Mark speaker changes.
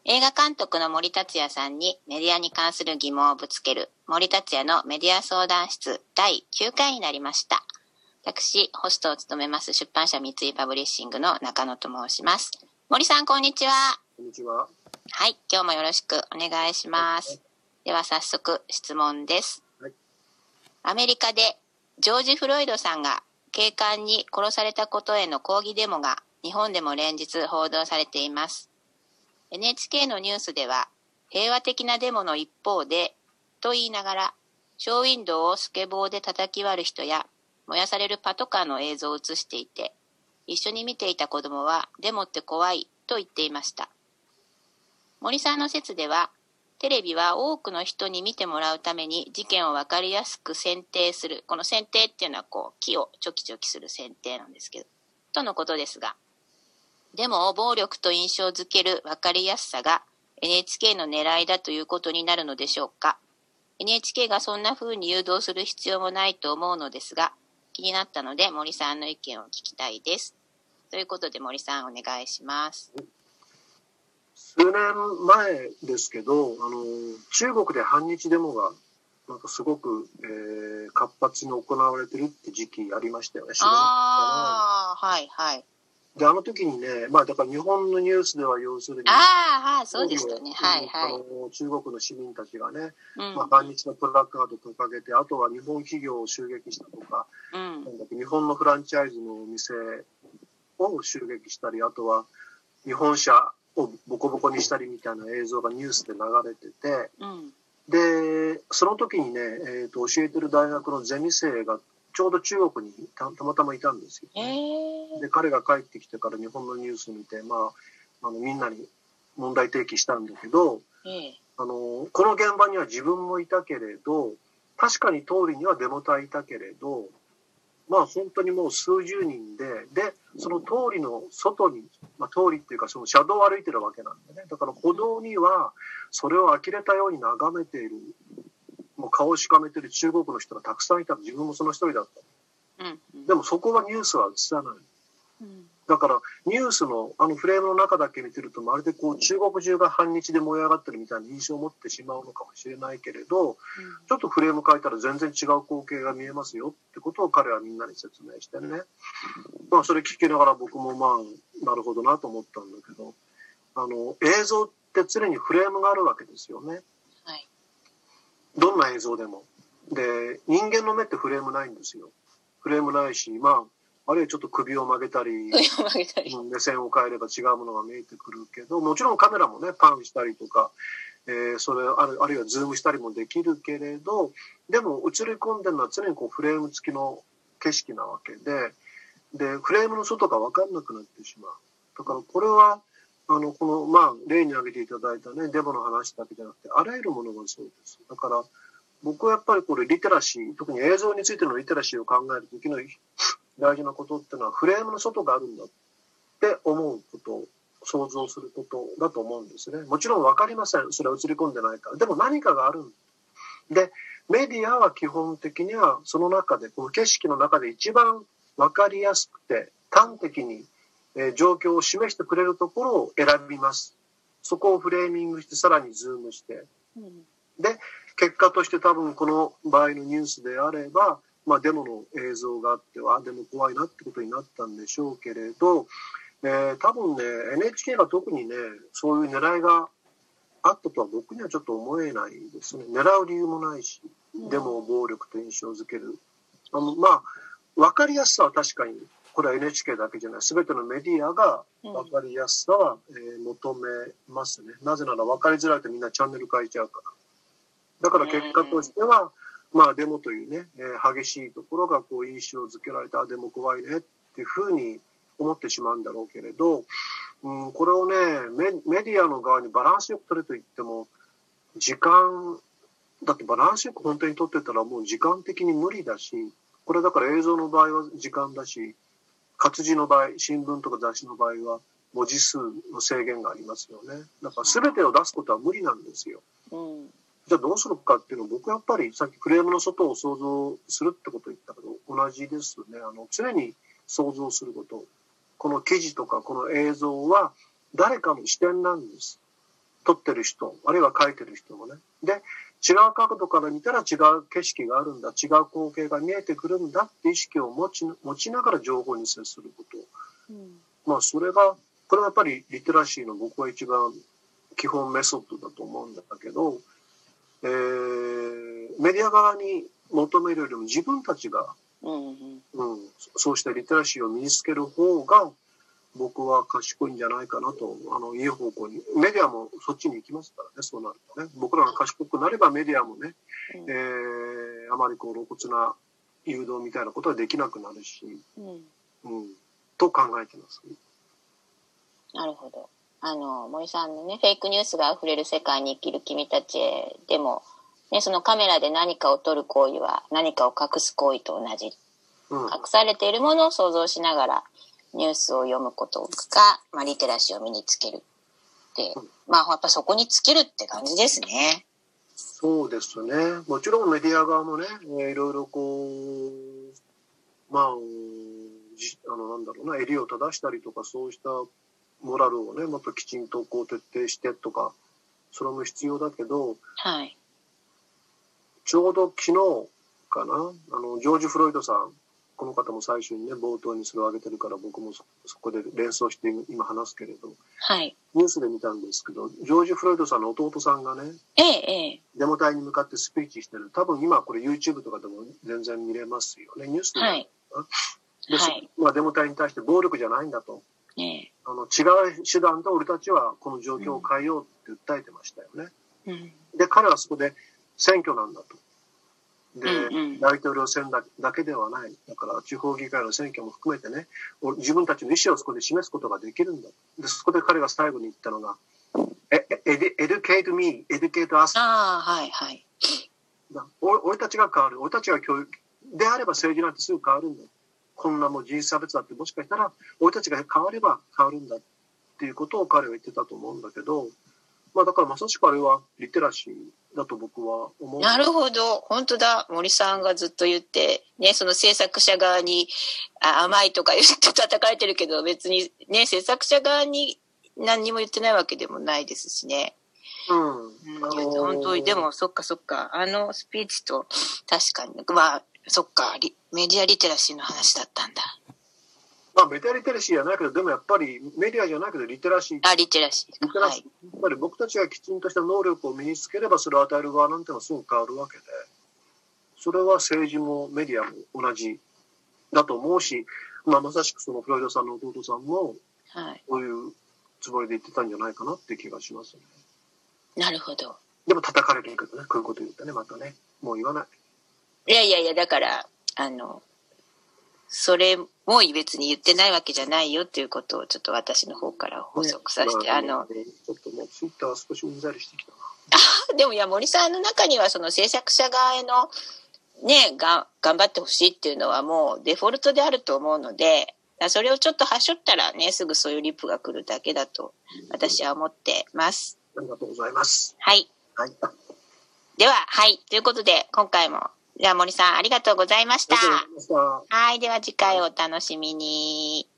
Speaker 1: 映画監督の森達也さんにメディアに関する疑問をぶつける森達也のメディア相談室第9回になりました。私、ホストを務めます出版社三井パブリッシングの中野と申します。森さん、こんにちは。
Speaker 2: こんにちは。
Speaker 1: はい、今日もよろしくお願いします。では早速質問です。アメリカでジョージ・フロイドさんが警官に殺されたことへの抗議デモが日本でも連日報道されています。NHK のニュースでは平和的なデモの一方でと言いながらショーウィンドウをスケボーで叩き割る人や燃やされるパトカーの映像を映していて、一緒に見ていた子供はデモって怖いと言っていました。森さんの説ではテレビは多くの人に見てもらうために事件を分かりやすく選定する。この選定っていうのは木をチョキチョキする選定なんですけど、とのことですが、デモを暴力と印象づける分かりやすさが NHK の狙いだということになるのでしょうか。NHK がそんな風に誘導する必要もないと思うのですが、気になったので森さんの意見を聞きたいです。ということで森さんお願いします。
Speaker 2: 数年前ですけど、中国で反日デモがなんかすごく、活発に行われてるって時期ありましたよね。
Speaker 1: はいはい。
Speaker 2: で、時にね、だから日本のニュースでは要するに、
Speaker 1: そうでしたね。はいはい。
Speaker 2: 中国の市民たちがね、反日のプラカードを掲げて、あとは日本企業を襲撃したとか、日本のフランチャイズのお店を襲撃したり、あとは日本車をボコボコにしたりみたいな映像がニュースで流れてて、で、その時にね、教えてる大学のゼミ生がちょうど中国にたまたまいたんですよ、ね。で、彼が帰ってきてから日本のニュース見て、みんなに問題提起したんだけど、この現場には自分もいたけれど、確かに通りにはデモ隊いたけれど、本当にもう数十人で、その通りの外に、通りっていうかその車道を歩いてるわけなんでね。だから歩道にはそれを呆れたように眺めている、もう顔をしかめている中国の人がたくさんいた。自分もその一人だった。でもそこはニュースは映さない。だからニュースのフレームの中だけ見てるとまるで中国中が反日で燃え上がってるみたいな印象を持ってしまうのかもしれないけれど、ちょっとフレーム変えたら全然違う光景が見えますよってことを彼はみんなに説明してね。それ聞きながら僕もなるほどなと思ったんだけど、映像って常にフレームがあるわけですよね。どんな映像でも。で、人間の目ってフレームないんですよ。フレームないし、あるいはちょっと首を曲げたり、目線を変えれば違うものが見えてくるけど、もちろんカメラもね、パンしたりとか、あるいはズームしたりもできるけれど、でも映り込んでるのは常にフレーム付きの景色なわけで、フレームの外が分かんなくなってしまう。だからこれは、例に挙げていただいたね、デモの話だけじゃなくて、あらゆるものがそうです。だから、僕はやっぱりリテラシー、特に映像についてのリテラシーを考えるときの大事なことってのはフレームの外があるんだって思うことを想像することだと思うんですね。もちろん分かりません。それは映り込んでないから。でも何かがあるんだ。で、メディアは基本的にはその中で、この景色の中で一番分かりやすくて端的に状況を示してくれるところを選びます。そこをフレーミングしてさらにズームして。で、結果として多分この場合のニュースであれば、デモの映像があっては、でも怖いなってことになったんでしょうけれど、多分ね、NHK が特にね、そういう狙いがあったとは僕にはちょっと思えないですね。狙う理由もないし、デモを暴力と印象づける。分かりやすさは確かに、これは NHK だけじゃない、すべてのメディアが分かりやすさは、求めますね。なぜなら分かりづらいとみんなチャンネル変えちゃうから。だから結果としては、デモというね、激しいところが印象づけられた、デモ怖いねっていうふうに思ってしまうんだろうけれど、これをね、メディアの側にバランスよく取れと言っても、時間、だってバランスよく本当に取ってたらもう時間的に無理だし、これだから映像の場合は時間だし、活字の場合、新聞とか雑誌の場合は文字数の制限がありますよね。だから全てを出すことは無理なんですよ。じゃあどうするかっていうのを僕はやっぱりさっきフレームの外を想像するってことを言ったけど同じですね。常に想像すること。この記事とかこの映像は誰かの視点なんです。 撮ってる人、あるいは書いてる人もね。で、違う角度から見たら違う景色があるんだ、違う光景が見えてくるんだって意識を持ちながら情報に接すること。まあ、それが、これはやっぱりリテラシーの僕は一番基本メソッドだと思うんだけど、メディア側に求めるよりも自分たちが、そうしたリテラシーを身につける方が僕は賢いんじゃないかなと、いい方向に。メディアもそっちに行きますからね、そうなるとね。僕らが賢くなればメディアもね、あまりこう露骨な誘導みたいなことはできなくなるし、と考えてます。
Speaker 1: なるほど。森さんのね、フェイクニュースが溢れる世界に生きる君たちへでも、ね、そのカメラで何かを撮る行為は何かを隠す行為と同じ。隠されているものを想像しながらニュースを読むことが、まあ、リテラシーを身につけるって、まあ、やっぱそこにつけるって感じですね。
Speaker 2: そうですね。もちろんメディア側もね、いろいろこう、まあ、なんだろうな、襟を正したりとか、そうしたモラルをね、もっときちんとこう徹底してとか、それも必要だけど、
Speaker 1: はい。
Speaker 2: ちょうど昨日かな、ジョージ・フロイドさん、この方も最初にね、冒頭にそれを挙げてるから僕もそこで連想して今話すけれど、
Speaker 1: はい。
Speaker 2: ニュースで見たんですけど、ジョージ・フロイドさんの弟さんがね、デモ隊に向かってスピーチしてる。多分今これ YouTube とかでも全然見れますよね。ニュースで見る。で、まあデモ隊に対して暴力じゃないんだと。違う手段で俺たちはこの状況を変えようって訴えてましたよね。で、彼はそこで選挙なんだと。で、大統領選だけではない。だから地方議会の選挙も含めてね、自分たちの意思をそこで示すことができるんだ。で、そこで彼が最後に言ったのが、educate me, educate us.
Speaker 1: はいはい。
Speaker 2: 俺たちが変わる。俺たちが教育であれば政治なんてすぐ変わるんだ。こんなもう人種差別だってもしかしたら俺たちが変われば変わるんだっていうことを彼は言ってたと思うんだけど、まあだからまさしくあれはリテラシーだと僕は思う。
Speaker 1: なるほど。本当だ。森さんがずっと言って、ね、その制作者側に甘いとか言って叩かれてるけど、別にね、制作者側に何にも言ってないわけでもないですしね。本当に、でもそっかそっか。スピーチと確かに、まあ、そっか、メディアリテラシーの話だったんだ。
Speaker 2: まあ、メディアリテラシーじゃないけど、でもやっぱりメディアじゃないけどリテラシー。
Speaker 1: リテラシー。
Speaker 2: はい。やっぱり僕たちがきちんとした能力を身につければ、それを与える側なんてのはすぐ変わるわけで、それは政治もメディアも同じだと思うし、まあ、まさしくそのフロイドさんの弟さんも、こういうつもりで言ってたんじゃないかなって気がしますね。
Speaker 1: なるほど。
Speaker 2: でも叩かれるけどね、こういうこと言ってね、またね、もう言わない。
Speaker 1: いや、だから、それも別に言ってないわけじゃないよっていうことをちょっと私の方から補足させて、
Speaker 2: ちょっともうツイッターは少しうんざりしてきたな。
Speaker 1: でもいや、森さんの中にはその制作者側へのね、頑張ってほしいっていうのはもうデフォルトであると思うので、それをちょっとはしょったらね、すぐそういうリップが来るだけだと私は思ってます。
Speaker 2: ありがとうございます。
Speaker 1: はい。では、ということで今回もじゃあ森さんありがとうございました。はい、では次回お楽しみに。